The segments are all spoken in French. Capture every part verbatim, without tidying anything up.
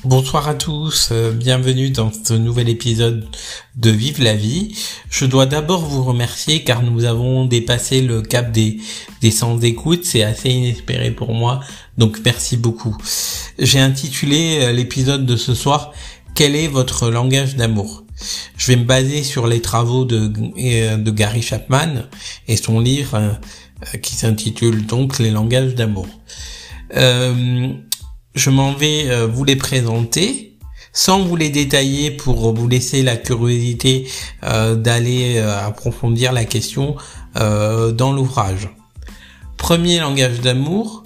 Bonsoir à tous, euh, bienvenue dans ce nouvel épisode de Vive la vie. Je dois d'abord vous remercier car nous avons dépassé le cap des, des cent écoutes, c'est assez inespéré pour moi, donc merci beaucoup. J'ai intitulé euh, l'épisode de ce soir « Quel est votre langage d'amour ?» Je vais me baser sur les travaux de, de Gary Chapman et son livre euh, qui s'intitule donc « Les langages d'amour ». Euh, je m'en vais euh, vous les présenter sans vous les détailler pour vous laisser la curiosité euh, d'aller euh, approfondir la question euh, dans l'ouvrage. Premier langage d'amour,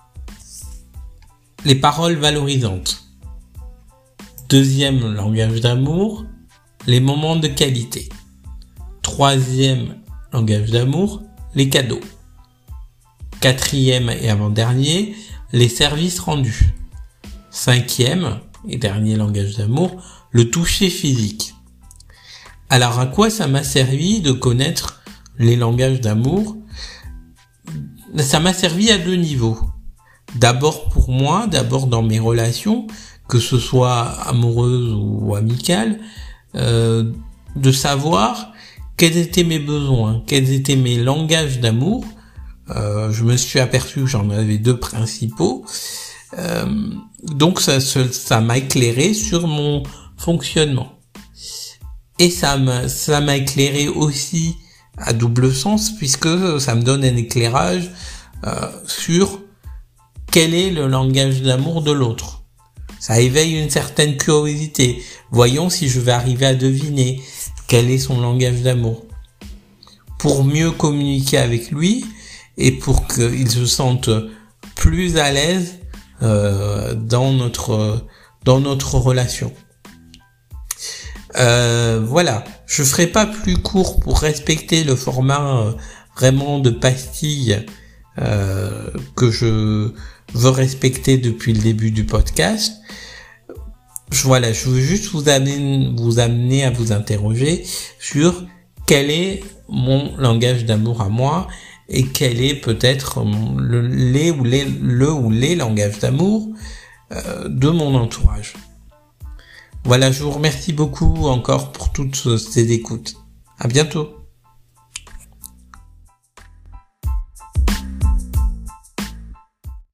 les paroles valorisantes. Deuxième langage d'amour, les moments de qualité. Troisième langage d'amour, les cadeaux. Quatrième et avant-dernier, les services rendus. Cinquième et dernier langage d'amour, le toucher physique. Alors à quoi ça m'a servi de connaître les langages d'amour ? Ça m'a servi à deux niveaux. D'abord pour moi, d'abord dans mes relations, que ce soit amoureuses ou amicales, euh, de savoir quels étaient mes besoins, quels étaient mes langages d'amour. Euh, je me suis aperçu que j'en avais deux principaux. Euh, donc ça, ça m'a éclairé sur mon fonctionnement. Et ça m'a, ça m'a éclairé aussi à double sens puisque ça me donne un éclairage euh, sur quel est le langage d'amour de l'autre. Ça éveille une certaine curiosité. Voyons si je vais arriver à deviner quel est son langage d'amour. Pour mieux communiquer avec lui et pour qu'il se sente plus à l'aise euh, dans notre dans notre relation. Euh, voilà, je ferai pas plus court pour respecter le format euh, vraiment de pastille euh, que je veux respecter depuis le début du podcast. Je, voilà, je veux juste vous amener, vous amener à vous interroger sur quel est mon langage d'amour à moi et quel est peut-être le, les ou les, le ou les langages d'amour euh, de mon entourage. Voilà, je vous remercie beaucoup encore pour toutes ces écoutes. À bientôt.